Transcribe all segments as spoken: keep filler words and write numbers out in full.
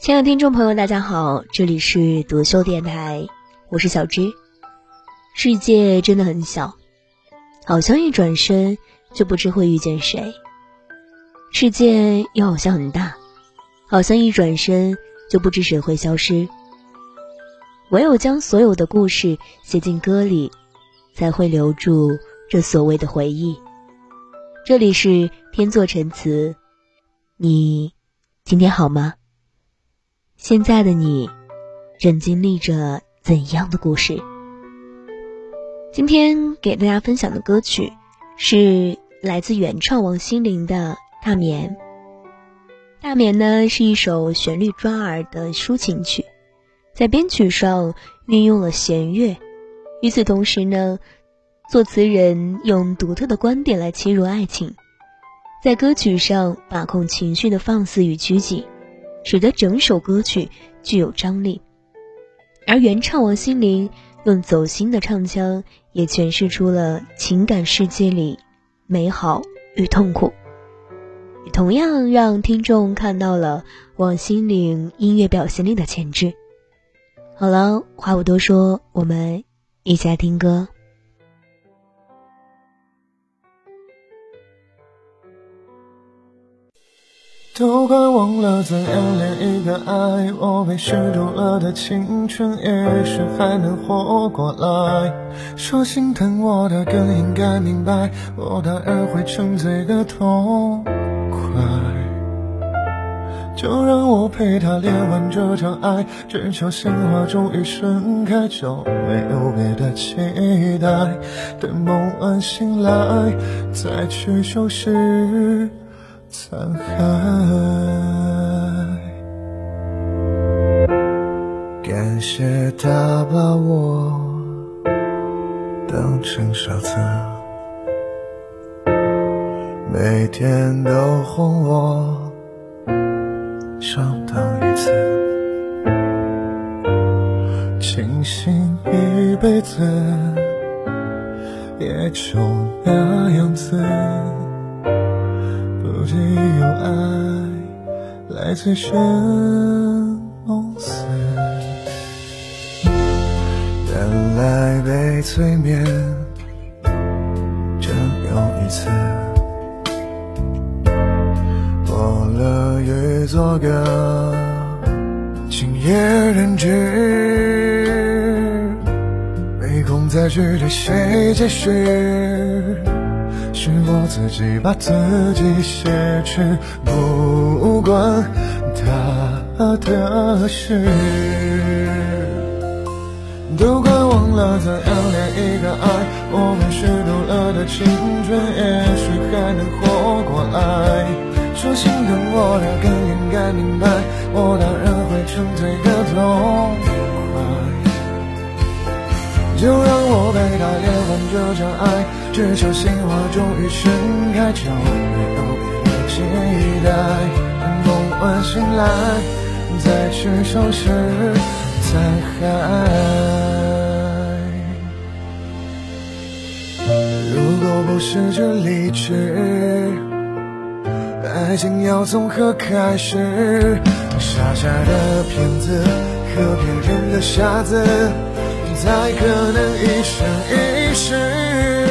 亲爱的听众朋友大家好，这里是独秀电台，我是小芝。世界真的很小，好像一转身就不知会遇见谁。世界又好像很大，好像一转身就不知谁会消失。唯有将所有的故事写进歌里，才会留住这所谓的回忆。这里是天作陈词，你今天好吗？现在的你正经历着怎样的故事？今天给大家分享的歌曲是来自原唱王心凌的《大眠》。大眠呢是一首旋律抓耳的抒情曲，在编曲上运用了弦乐，与此同时呢，作词人用独特的观点来切入爱情，在歌曲上把控情绪的放肆与拘谨，使得整首歌曲具有张力。而原唱王心凌用走心的唱腔，也诠释出了情感世界里美好与痛苦，同样让听众看到了王心凌音乐表现力的潜质。好了，话不多说，我们一起来听歌。 都快忘了怎样恋一个爱，我被虚度了的青春也许还能活过来。说心疼我的更应该明白，我当然会沉醉个痛快。就让我陪他恋完这场爱，只求鲜花终于盛开，就没有别的期待。等梦完醒来，再去收拾残骸。感谢他把我当成傻子，每天都哄我上当一次，清醒一辈子也就那样子。不仅有爱来自生梦死，原来被催眠真有一次，我乐于做个今夜人质，没空再去对谁解释，是我自己把自己挟持，不关他的事。都快忘了怎样恋一个爱，我们虚度了的青春也许还能活过来。说心疼我的更应该明白，我当然会沉醉个痛快。就让我陪他恋完这场爱，只求鲜花终于盛开，就没有别的期待。等梦完醒来，再去收拾残骸。如果不失去理智，爱情要从何开始？傻傻的骗子和骗人的傻子，才可能一生一世。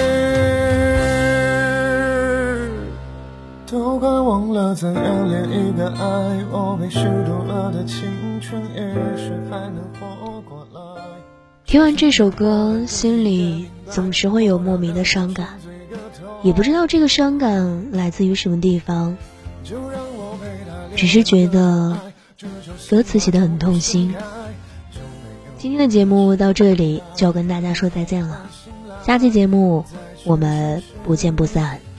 都快忘了怎样恋一个爱，我被虚度了的青春也许还能活过来。 听完这首歌，心里总是会有莫名的伤感，也不知道这个伤感来自于什么地方，只是觉得歌词写得很痛心。今天的节目到这里就要跟大家说再见了，下期节目我们不见不散。